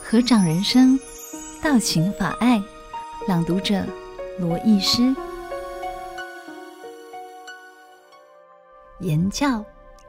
合掌人生，道情法爱。朗读者罗艺诗。言教。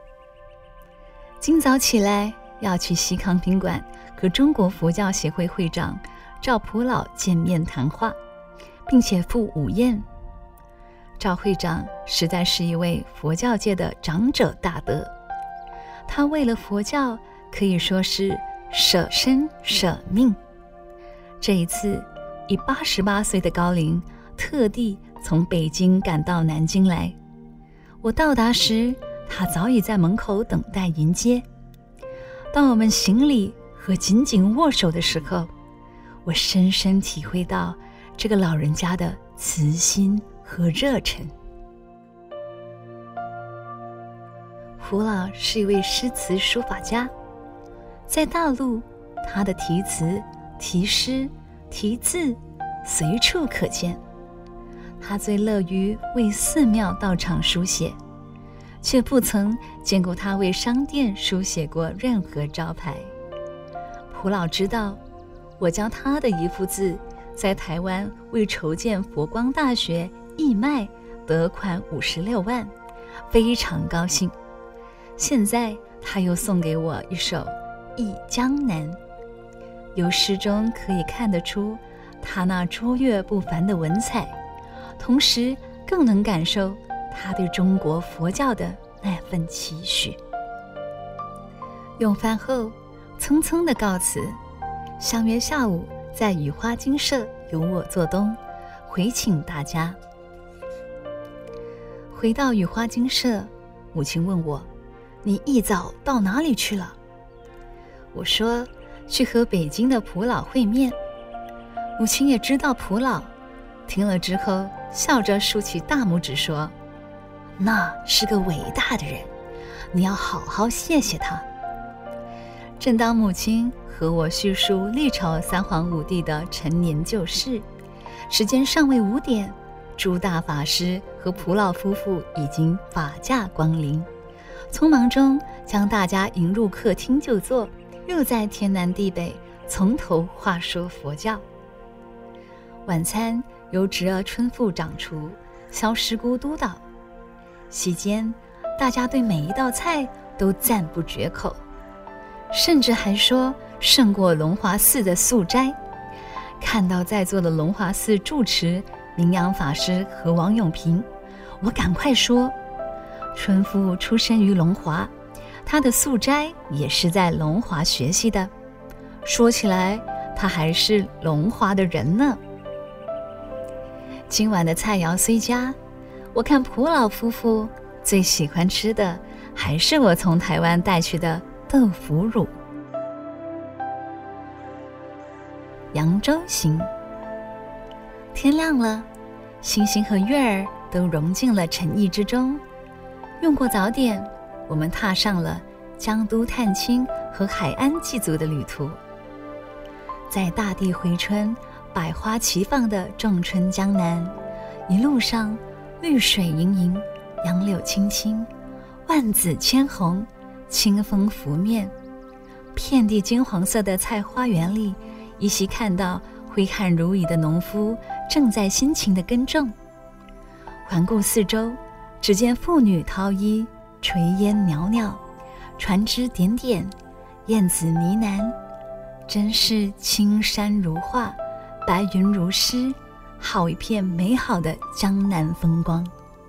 今早起来要去西康宾馆和中国佛教协会会长赵普老见面谈话，并且赴午宴。赵会长实在是一位佛教界的长者大德，他为了佛教可以说是舍身舍命。这一次以88岁的高龄，特地从北京赶到南京来。我到达时，他早已在门口等待迎接。当我们行礼和紧紧握手的时候，我深深体会到这个老人家的慈心和热忱。普老是一位诗词书法家，在大陆，他的题词、题诗、题字随处可见。他最乐于为寺庙道场书写，却不曾见过他为商店书写过任何招牌。普老知道，我将他的一幅字在台湾为筹建佛光大学义卖得款56万，非常高兴。现在他又送给我一首《忆江南》，由诗中可以看得出他那卓越不凡的文采，同时更能感受他对中国佛教的那份期许。用饭后匆匆的告辞，相约下午在雨花精舍由我做东，回请大家。回到雨花精舍，母亲问我，你一早到哪里去了？我说，去和北京的普老会面。母亲也知道普老，听了之后笑着竖起大拇指说，那是个伟大的人，你要好好谢谢他。正当母亲和我叙述历朝三皇五帝的陈年旧事，时间尚未5点，朱大法师和普老夫妇已经法驾光临，匆忙中将大家迎入客厅就坐，又在天南地北从头话说佛教。晚餐由侄儿春富掌厨，肖师姑督导。席间大家对每一道菜都赞不绝口，甚至还说胜过龙华寺的素斋。看到在座的龙华寺住持明阳法师和王永平，我赶快说，春富出身于龙华，他的素斋也是在龙华学习的，说起来他还是龙华的人呢。今晚的菜肴虽佳，我看普老夫妇最喜欢吃的还是我从台湾带去的豆腐乳。扬州行。天亮了，星星和月儿都融进了晨意之中。用过早点，我们踏上了江都探亲和海安祭祖的旅途。在大地回春、百花齐放的仲春江南，一路上绿水盈盈，杨柳青青，万紫千红，清风拂面。遍地金黄色的菜花园里，依稀看到挥汗如雨的农夫正在辛勤地耕种。环顾四周，只见妇女绦衣，炊烟袅袅，船只点点，燕子呢喃，真是青山如画，白云如诗，好一片美好的江南风光。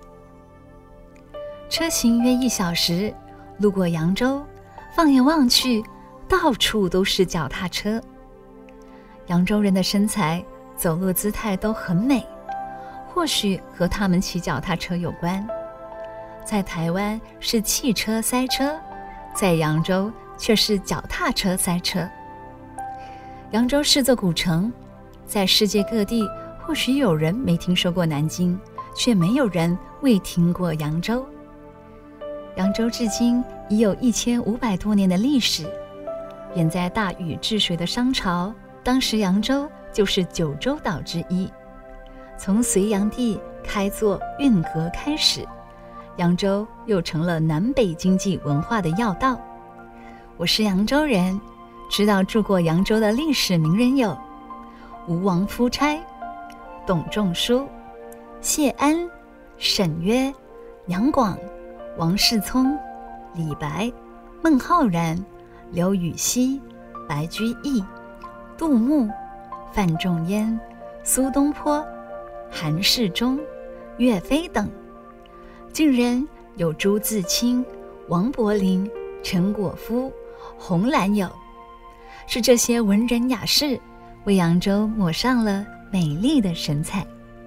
车行约1小时，路过扬州，放眼望去，到处都是脚踏车。扬州人的身材、走路姿态都很美，或许和他们骑脚踏车有关。在台湾是汽车塞车，在扬州却是脚踏车塞车。扬州是座古城，在世界各地或许有人没听说过南京，却没有人未听过扬州。扬州至今已有1500多年的历史。远在大禹治水的商朝，当时扬州就是九州岛之一。从隋炀帝开凿运河开始，扬州又成了南北经济文化的要道。我是扬州人， 知道住过扬州的历史名人有吴王夫差、董仲舒、谢安、沈约、杨广、王世聪、李白、孟浩然、刘禹锡、白居易、杜牧、范仲淹、苏东坡、韩世忠、岳飞等。近人有朱自清、王柏林、陈果夫、洪兰友，是这些文人雅士为扬州抹上了美丽的神采。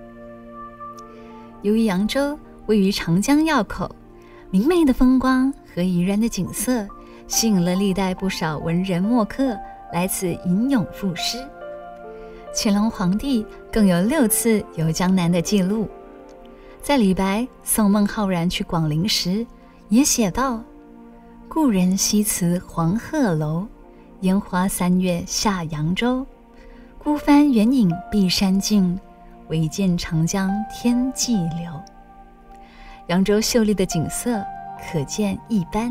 由于扬州位于长江要口，明媚的风光和宜人的景色吸引了历代不少文人墨客来此吟咏赋诗。乾隆皇帝更有6次游江南的记录，在李白送孟浩然去广陵时也写道：故人西辞黄鹤楼，烟花3月下扬州。孤帆远影碧山尽，唯见长江天际流。扬州秀丽的景色可见一斑。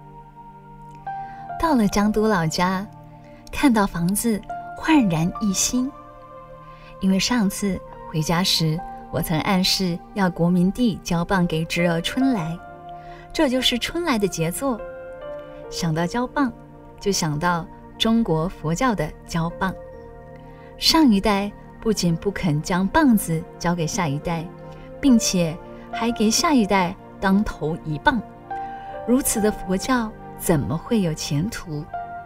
到了江都老家，看到房子焕然一新。因为上次回家时，我曾暗示要国民帝交棒给侄儿春来，这就是春来的杰作。想到交棒，就想到中国佛教的交棒。上一代不仅不肯将棒子交给下一代，并且还给下一代当头一棒，如此的佛教怎么会有前途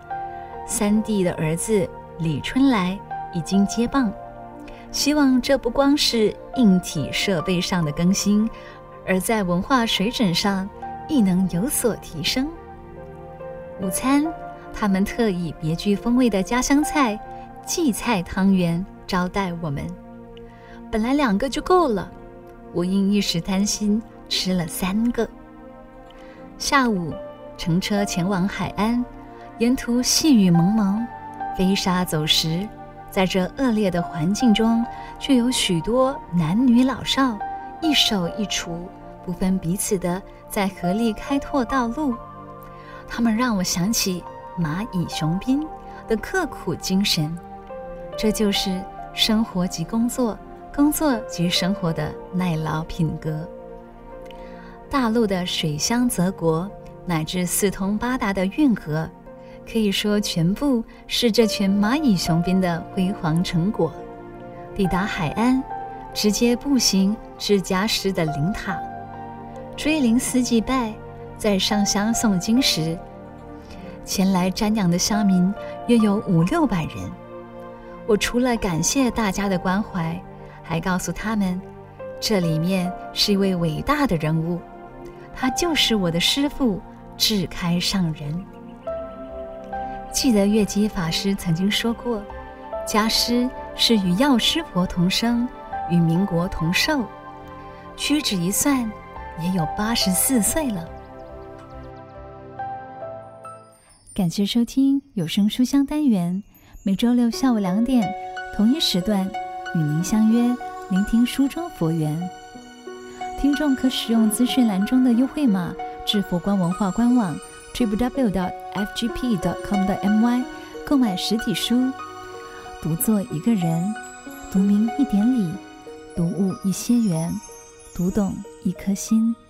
？3弟的儿子李春来已经接棒，希望这不光是硬体设备上的更新，而在文化水准上亦能有所提升。午餐，他们特意别具风味的家乡菜荠菜汤圆招待我们，本来2个就够了，我因一时贪心吃了3个。下午乘车前往海安，沿途细雨蒙蒙，飞沙走石，在这恶劣的环境中，却有许多男女老少一手一锄，不分彼此的在合力开拓道路。他们让我想起蚂蚁雄兵的刻苦精神，这就是生活即工作，工作即生活的耐劳品格。大陆的水乡泽国乃至4通8达的运河，可以说全部是这群蚂蚁雄兵的辉煌成果。抵达海安，直接步行至家师的灵塔，追灵司祭拜，在上香诵经时，前来瞻仰的乡民约有500-600人。我除了感谢大家的关怀，还告诉他们，这里面是一位伟大的人物，他就是我的师父智开上人。记得月基法师曾经说过，家师是与药师佛同生，与民国同寿，屈指一算也有84岁了。感谢收听有声书香单元，每周6下午2点同一时段与您相约，聆听书中佛缘。听众可使用资讯栏中的优惠码至佛光文化官网 www.fgp.com.my 购买实体书。读作一个人，读明一点理，读悟一些缘，读懂一颗心。